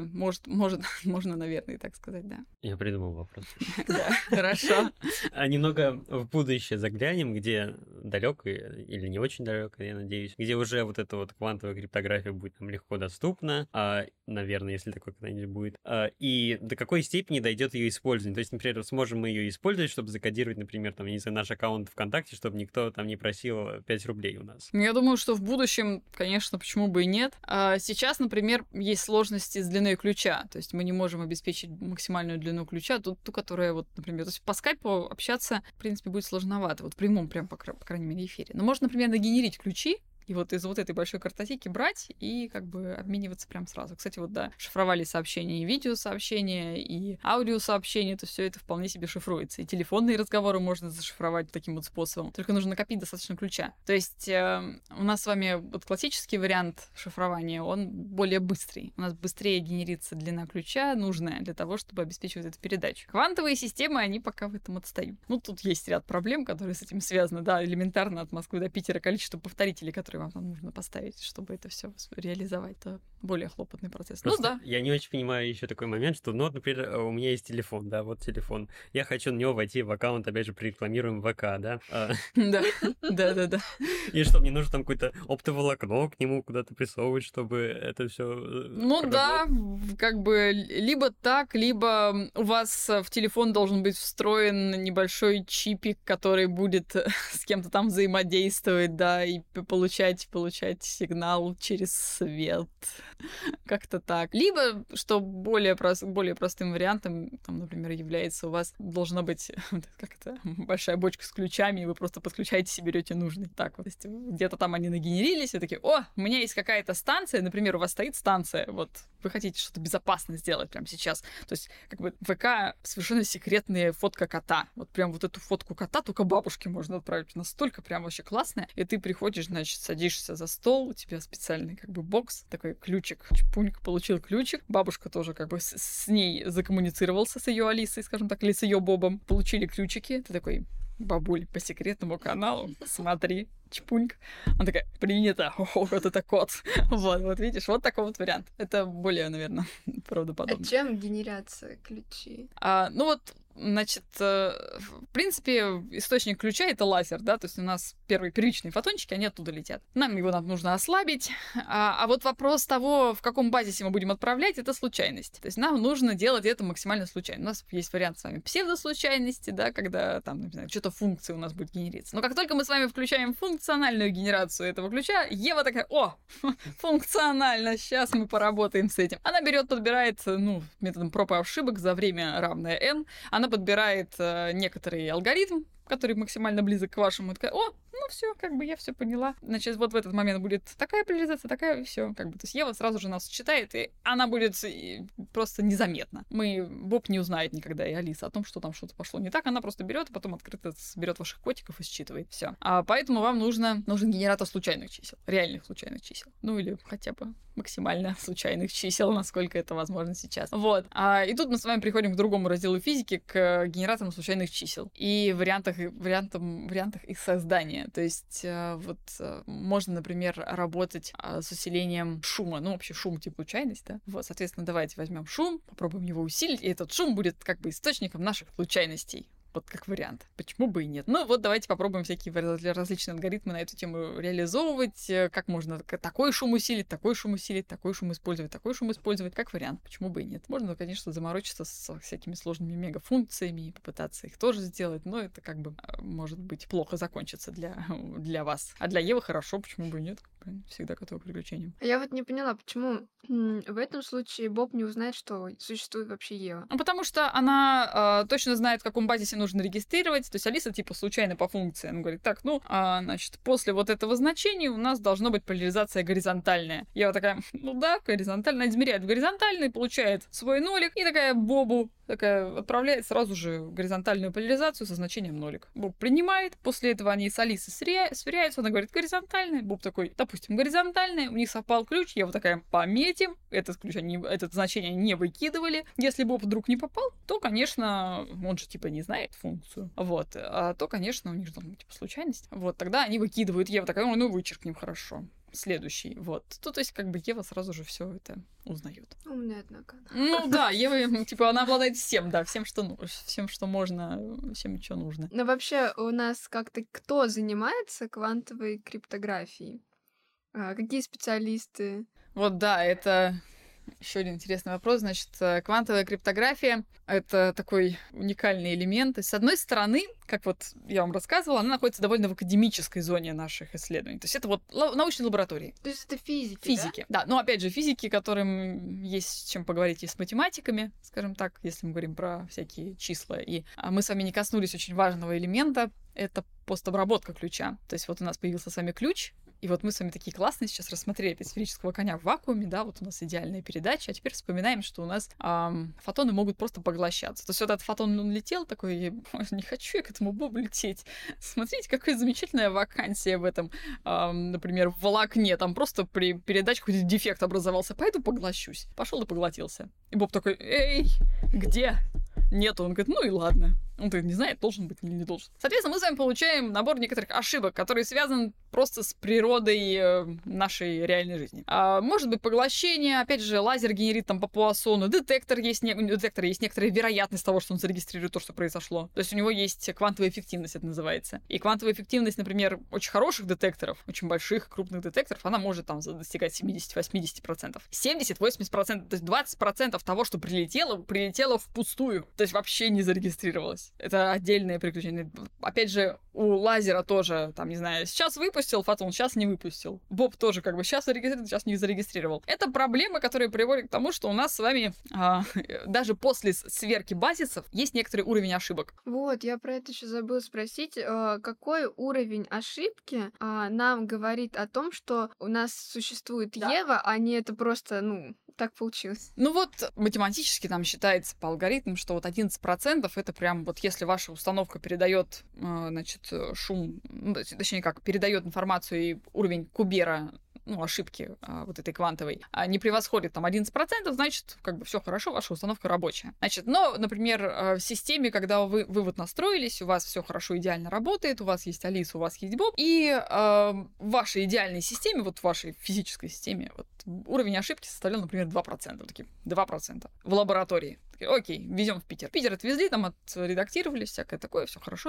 можно, наверное, так сказать, да. Я придумал вопрос. Да, хорошо. А немного в будущее заглянем, где далекое или не очень далекое, я надеюсь, где уже вот эта вот квантовая криптография будет нам легко доступна, наверное, если такое когда-нибудь будет, и до какой степени дойдет ее использование. То есть, например, сможем мы ее использовать, чтобы закодировать, например, там, не знаю, наш аккаунт ВКонтакте, чтобы никто там не просил 5 рублей у нас. Я думаю, что в будущем, конечно, почему бы и нет. Сейчас, например, есть сложности с длиной ключа, то есть мы не можем обеспечить максимальную длину ключа, ту, которая вот, например, то есть по скайпу общаться, в принципе, будет сложновато, вот в прямом, прям, по крайней мере, эфире. Но можно, например, нагенерить ключи, и вот из вот этой большой картотеки брать и как бы обмениваться прям сразу. Кстати, вот да, шифровали сообщения, и видеосообщения, и аудиосообщения, то все это вполне себе шифруется. И телефонные разговоры можно зашифровать таким вот способом. Только нужно накопить достаточно ключа. То есть у нас с вами вот классический вариант шифрования, он более быстрый. У нас быстрее генерится длина ключа, нужная для того, чтобы обеспечивать эту передачу. Квантовые системы, они пока в этом отстают. Ну, тут есть ряд проблем, которые с этим связаны. Да, элементарно от Москвы до Питера количество повторителей, которые вам там нужно поставить, чтобы это все реализовать. Это более хлопотный процесс. Просто ну да. Я не очень понимаю еще такой момент, что, ну, вот, например, у меня есть телефон, да, вот телефон. Я хочу на него войти в аккаунт, опять же, прорекламируем ВК, да? Да. И что, мне нужно там какое-то оптоволокно к нему куда-то присовывать, чтобы это все. Ну да, как бы либо так, либо у вас в телефон должен быть встроен небольшой чипик, который будет с кем-то там взаимодействовать, да, и получать сигнал через свет. Как-то так. Либо, что более простым вариантом, там, например, является, у вас должна быть большая бочка с ключами, и вы просто подключаетесь и берете нужный. Так вот. То есть где-то там они нагенерились, и такие: о, у меня есть какая-то станция, например, у вас стоит станция, вот вы хотите что-то безопасно сделать прямо сейчас. То есть, как бы, ВК совершенно секретная фотка кота. Вот прям вот эту фотку кота только бабушке можно отправить. Настолько прям вообще классная. И ты приходишь, значит, садишься за стол, у тебя специальный как бы бокс, такой ключик, чпуньк, получил ключик. Бабушка тоже как бы с ней закоммуницировался, с ее Алисой, скажем так, или с ее Бобом. Получили ключики. Ты такой: бабуль, по секретному каналу, смотри, чпуньк. Она такая, принято, вот это код. Вот видишь, вот такой вот вариант. Это более, наверное, правдоподобно. А чем генерация ключей? Ну вот, значит, в принципе, источник ключа — это лазер, да, то есть у нас первичные фотончики, они оттуда летят. Нам нужно ослабить, а вот вопрос того, в каком базисе мы будем отправлять, это случайность. То есть нам нужно делать это максимально случайно. У нас есть вариант с вами псевдослучайности, да, когда там, не знаю, что-то функция у нас будет генериться. Но как только мы с вами включаем функциональную генерацию этого ключа, Ева такая, функционально, сейчас мы поработаем с этим. Она подбирает, методом проб и ошибок за время равное n, она подбирает некоторый алгоритм, который максимально близок к вашему, и такая, все, я все поняла. Значит, вот в этот момент будет такая поляризация, такая, все, то есть Ева сразу же нас считает, и она будет просто незаметна. Боб не узнает никогда, и Алиса, о том, что там что-то пошло не так, она просто берет, и потом открыто берет ваших котиков и считывает. Все. Поэтому вам нужен генератор случайных чисел, реальных случайных чисел. Или хотя бы максимально случайных чисел, насколько это возможно сейчас. Вот. И тут мы с вами приходим к другому разделу физики, к генераторам случайных чисел и вариантах их создания. То есть можно, например, работать с усилением шума. Вообще шум типа случайность, да? Вот, соответственно, давайте возьмем шум, попробуем его усилить, и этот шум будет источником наших случайностей. Вот как вариант. Почему бы и нет? Давайте попробуем всякие различные алгоритмы на эту тему реализовывать. Как можно такой шум усилить, такой шум использовать, как вариант. Почему бы и нет? Можно, конечно, заморочиться с всякими сложными мегафункциями и попытаться их тоже сделать, но это может быть плохо закончится для вас. А для Евы хорошо, почему бы и нет? Всегда готова к приключениям. Я не поняла, почему в этом случае Боб не узнает, что существует вообще Ева. Потому что она точно знает, в каком базисе нужно регистрировать. То есть Алиса случайно по функции. Она говорит, значит, после вот этого значения у нас должна быть поляризация горизонтальная. Ева такая, горизонтальная. Измеряет в горизонтальной, получает свой нолик. И такая Бобу отправляет сразу же горизонтальную поляризацию со значением нолик. Боб принимает. После этого они с Алисой сверяются. Она говорит, горизонтальная. Боб такой, допустим, горизонтальная. У них совпал ключ. Ева такая, пометим. Этот ключ, это значение не выкидывали. Если Боб вдруг не попал, то, конечно, он же не знает функцию. Вот. То, конечно, у них должна быть случайность. Вот. Тогда они выкидывают. Ева такая, вычеркнем, хорошо. Следующий. Вот. То есть, Ева сразу же все это узнает. Умная, однако. Ева, она обладает всем, да, всем, что можно, всем, что нужно. Но вообще у нас кто занимается квантовой криптографией? Какие специалисты? Это еще один интересный вопрос. Значит, квантовая криптография — это такой уникальный элемент. То есть, с одной стороны, как я вам рассказывала, она находится довольно в академической зоне наших исследований. То есть это научные лаборатории. То есть это физики, Физики, да? Но опять же, физики, которым есть с чем поговорить и с математиками, скажем так, если мы говорим про всякие числа. И мы с вами не коснулись очень важного элемента — это постобработка ключа. То есть у нас появился с вами ключ, и мы с вами такие классные сейчас рассмотрели опять сферического коня в вакууме, да, у нас идеальная передача, а теперь вспоминаем, что у нас фотоны могут просто поглощаться. То есть этот фотон, он летел такой, не хочу я к этому Бобу лететь. Смотрите, какая замечательная вакансия в этом, например, в волокне, там просто при передаче какой-то дефект образовался, пойду поглощусь. Пошел и поглотился. И Боб такой, эй, где? Нет, он говорит, и ладно. Он не знает, должен быть или не должен. Соответственно, мы с вами получаем набор некоторых ошибок, которые связаны просто с природой нашей реальной жизни. Может быть поглощение, опять же, лазер генерит по Пуассону, детектор есть некоторая вероятность того, что он зарегистрирует то, что произошло. То есть у него есть квантовая эффективность, это называется. И квантовая эффективность, например, очень хороших детекторов, очень больших, крупных детекторов, она может достигать 70-80%. 70-80%, то есть 20% того, что прилетело впустую. То есть вообще не зарегистрировалось. Это отдельное приключение. Опять же, у лазера тоже, сейчас выпустил фотон, сейчас не выпустил. Боб тоже сейчас зарегистрировал, сейчас не зарегистрировал. Это проблемы, которые приводят к тому, что у нас с вами даже после сверки базисов есть некоторый уровень ошибок. Я про это еще забыла спросить. Какой уровень ошибки нам говорит о том, что у нас существует Ева, а не это просто, так получилось? Математически там считается по алгоритмам, что 11% это прям если ваша установка передает, шум, точнее передает информацию, и уровень Кубера ошибки вот этой квантовой не превосходит там 11%, значит, как бы все хорошо, ваша установка рабочая. Значит, но, например, в системе, когда вы вот настроились, у вас все хорошо, идеально работает, у вас есть Алиса, у вас есть Боб, и в вашей идеальной системе, вот в вашей физической системе, вот уровень ошибки составлял, например, 2%. Вот такие 2% в лаборатории. Такие, окей, везем в Питер. Питер отвезли, там отредактировали, всякое такое, все хорошо,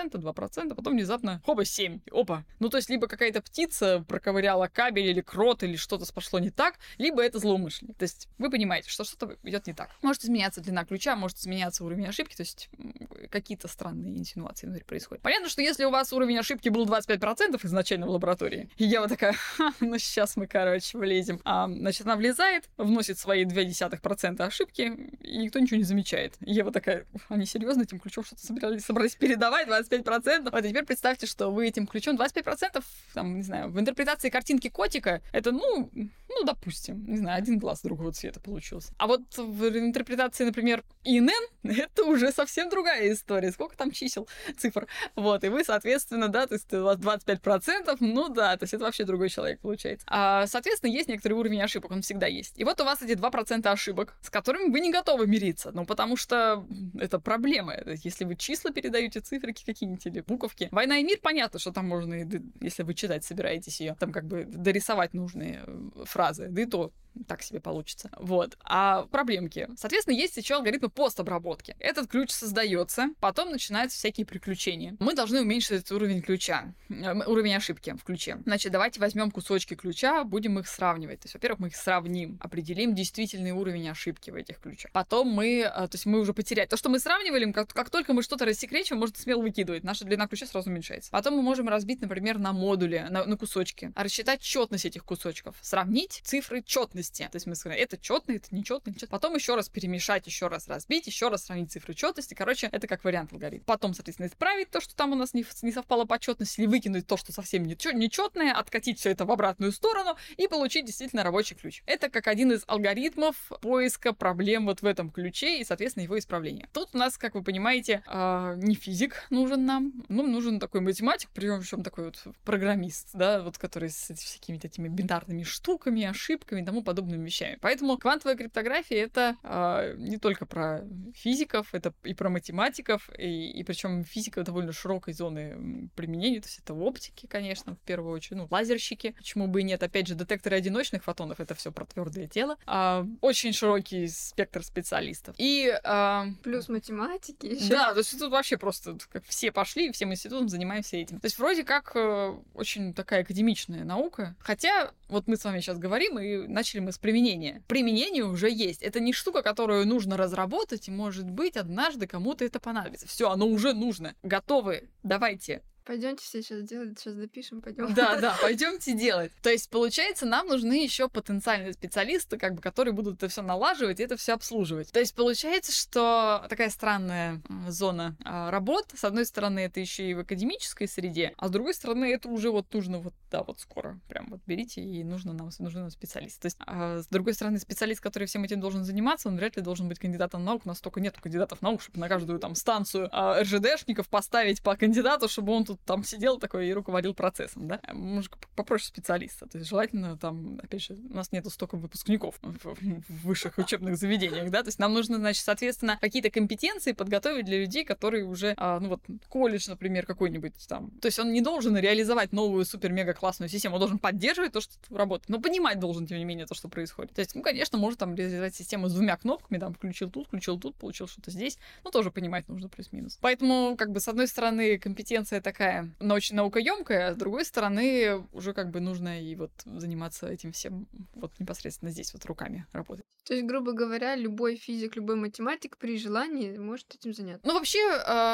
2%, потом внезапно, хоба, 7, опа. Ну, то есть, либо какая-то птица проковыряла кабель или крот, или что-то пошло не так, либо это злоумышленник. То есть, вы понимаете, что что-то идет не так. Может изменяться длина ключа, может изменяться уровень ошибки, то есть, какие-то странные инсинуации внутри происходят. Понятно, что если у вас уровень ошибки был 25% изначально в лаборатории, и я вот такая, ну, сейчас мы, короче, влезем. Значит, она влезает, вносит свои 0,2% ошибки, и никто ничего не замечает. И Ева такая, они серьезно этим ключом что-то собрались передавать 25%? Вот, и теперь представьте, что вы этим ключом 25%, там, не знаю, в интерпретации картинки котика, это, ну, допустим, не знаю, один глаз другого цвета получился. А вот в интерпретации, например, ИНН, это уже совсем другая история. Сколько там чисел, цифр. Вот, и вы, соответственно, да, то есть у вас 25%, ну да, то есть это вообще другой человек получается. Соответственно, есть некоторый уровень ошибок, он всегда есть. И вот у вас эти 2% ошибок, с которыми вы не готовы мириться, ну, потому что это проблема. Если вы числа передаете, циферки какие-нибудь или буковки. «Война и мир», понятно, что там можно, если вы читать собираетесь ее, там как бы дорисовать нужные фразы, да и то так себе получится. Вот. А проблемки. Соответственно, есть еще алгоритмы постобработки. Этот ключ создается, потом начинаются всякие приключения. Мы должны уменьшить этот уровень ключа, уровень ошибки в ключе. Значит, давайте возьмем кусочки ключа, будем их сравнивать. То есть, во-первых, мы их сравним, определим действительный уровень ошибки в этих ключах. Потом мы уже потеряли. То, что мы сравнивали, как только мы что-то рассекречиваем, можно смело выкидывать. Наша длина ключа сразу уменьшается. Потом мы можем разбить, например, на модули, на кусочки, рассчитать четность этих кусочков, сравнить цифры четности. То есть мы сказали, это четно, это нечетно, нечетно. Потом еще раз перемешать, еще раз разбить, еще раз сравнить цифры четности. Короче, это как вариант алгоритма. Потом, соответственно, исправить то, что там у нас не совпало по четности, или выкинуть то, что совсем нечетное, откатить все это в обратную сторону и получить действительно рабочий ключ. Это как один из алгоритмов поиска проблем вот в этом ключе и, соответственно, его исправления. Тут у нас, как вы понимаете, не физик нужен нам, нужен такой математик, причем такой вот программист, да, вот который с всякими этими бинарными штуками, ошибками и тому подобными вещами. Поэтому квантовая криптография — это не только про физиков, это и про математиков, и причем физика довольно широкой зоны применения, то есть это в оптике, конечно, в первую очередь, лазерщики, почему бы и нет, опять же, детекторы одиночных фотонов, это все про твердое тело, очень широкий спектр специалистов. И плюс математики еще. Да, то есть тут вообще просто как все пошли, всем институтом занимаемся этим. То есть вроде как очень такая академичная наука, хотя вот мы с вами сейчас говорим, и начали мы с применения. Применение уже есть. Это не штука, которую нужно разработать, и, может быть, однажды кому-то это понадобится. Все, оно уже нужно. Готовы? Давайте. Пойдемте все сейчас делать, сейчас запишем, пойдем. Да, пойдемте делать. То есть, получается, нам нужны еще потенциальные специалисты, как бы, которые будут это все налаживать и это все обслуживать. То есть, получается, что такая странная зона работ. С одной стороны, это еще и в академической среде, а с другой стороны, это уже вот нужно вот скоро. Прям вот берите, и нужны нам специалисты. То есть, с другой стороны, специалист, который всем этим должен заниматься, он вряд ли должен быть кандидатом наук. У нас столько нету кандидатов наук, чтобы на каждую там станцию РЖДшников поставить по кандидату, чтобы он тут там сидел такой и руководил процессом, да? Может, попроще специалиста. То есть желательно там, опять же, у нас нету столько выпускников в высших учебных заведениях, да? То есть нам нужно, значит, соответственно, какие-то компетенции подготовить для людей, которые уже, колледж, например, какой-нибудь там. То есть он не должен реализовать новую супер-мега-классную систему, он должен поддерживать то, что работает, но понимать должен, тем не менее, то, что происходит. То есть, конечно, может там реализовать систему с 2 кнопками, там, включил тут, получил что-то здесь, но тоже понимать нужно плюс-минус. Поэтому, как бы, с одной стороны, компетенция такая очень наукоемкая, а с другой стороны, уже как бы нужно и вот заниматься этим всем вот непосредственно здесь вот руками работать. То есть, грубо говоря, любой физик, любой математик при желании может этим заняться. Ну, вообще,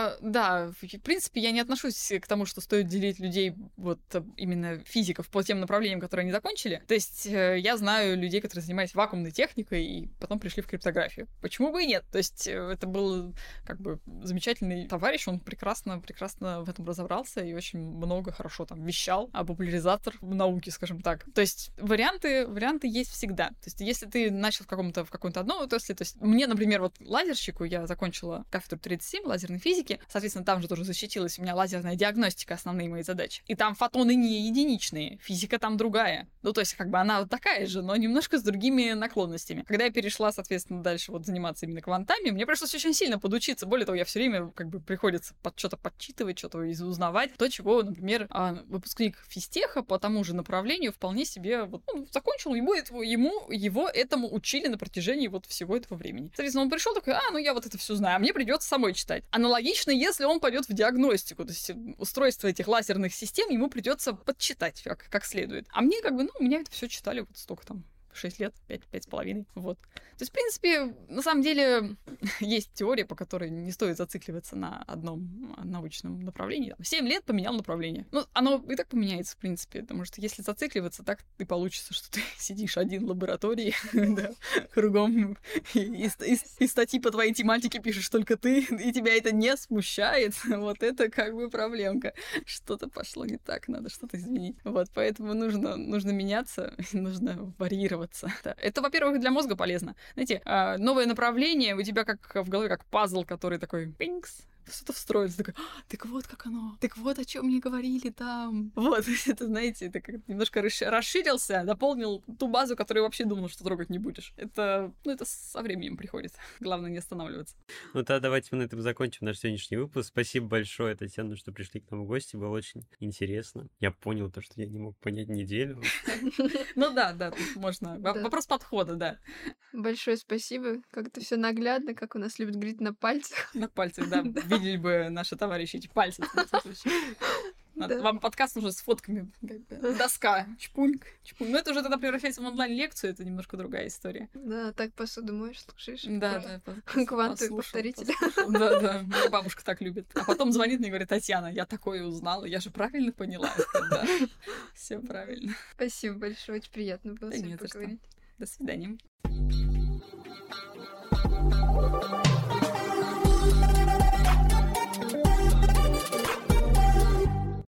да, в принципе, я не отношусь к тому, что стоит делить людей, вот именно физиков, по тем направлениям, которые они закончили. То есть, я знаю людей, которые занимались вакуумной техникой и потом пришли в криптографию. Почему бы и нет? То есть, это был как бы замечательный товарищ, он прекрасно в этом разобрался, разбирался и очень много хорошо там вещал, популяризатор науки, скажем так. То есть варианты есть всегда. То есть если ты начал в каком-то одном отрасли, то есть мне, например, вот лазерщику, я закончила кафедру 37 лазерной физики, соответственно, там же тоже защитилась у меня лазерная диагностика, основные мои задачи. И там фотоны не единичные, физика там другая. Ну, то есть как бы она вот такая же, но немножко с другими наклонностями. Когда я перешла, соответственно, дальше вот заниматься именно квантами, мне пришлось очень сильно подучиться. Более того, я все время как бы приходится что-то подчитывать, что-то узнавать. То, чего, например, выпускник физтеха по тому же направлению вполне себе вот, закончил, его этому учили на протяжении вот всего этого времени. Соответственно, он пришел такой, ну я вот это все знаю, а мне придется самой читать. Аналогично, если он пойдет в диагностику, то есть устройство этих лазерных систем ему придется подчитать как следует. А мне как бы, у меня это все читали вот столько там. 6 лет, 5,5. Вот. То есть, в принципе, на самом деле, есть теория, по которой не стоит зацикливаться на одном научном направлении. 7 лет поменял направление. Оно и так поменяется, в принципе, потому что если зацикливаться, так и получится, что ты сидишь один в лаборатории, кругом, и статьи по твоей тематике пишешь только ты, и тебя это не смущает. Вот это как бы проблемка. Что-то пошло не так, надо что-то изменить. Вот, поэтому нужно меняться, нужно варьироваться. Да. Это, во-первых, для мозга полезно. Знаете, новое направление у тебя как в голове, как пазл, который такой пинкс, что-то встроится, такой, так вот как оно, так вот о чем мне говорили там. Вот, это, знаете, это как немножко расширился, дополнил ту базу, которую вообще думал, что трогать не будешь. Это со временем приходит. Главное не останавливаться. Тогда давайте мы на этом закончим наш сегодняшний выпуск. Спасибо большое, Татьяна, что пришли к нам в гости. Было очень интересно. Я понял то, что я не мог понять неделю. Да, тут можно. Вопрос подхода, да. Большое спасибо. Как-то все наглядно, как у нас любят говорить, на пальцах. На пальцах, да. Видели бы наши товарищи эти пальцы. Вам подкаст нужен с фотками. Доска. Чпуньк. Но это уже тогда превращается в онлайн-лекцию, это немножко другая история. Да, так посуду моешь, слушаешь. Да. Квантовый повторитель. Да. Моя бабушка так любит. А потом звонит мне и говорит, Татьяна, я такое узнала, я же правильно поняла. Да, все правильно. Спасибо большое, очень приятно было с вами поговорить. До свидания.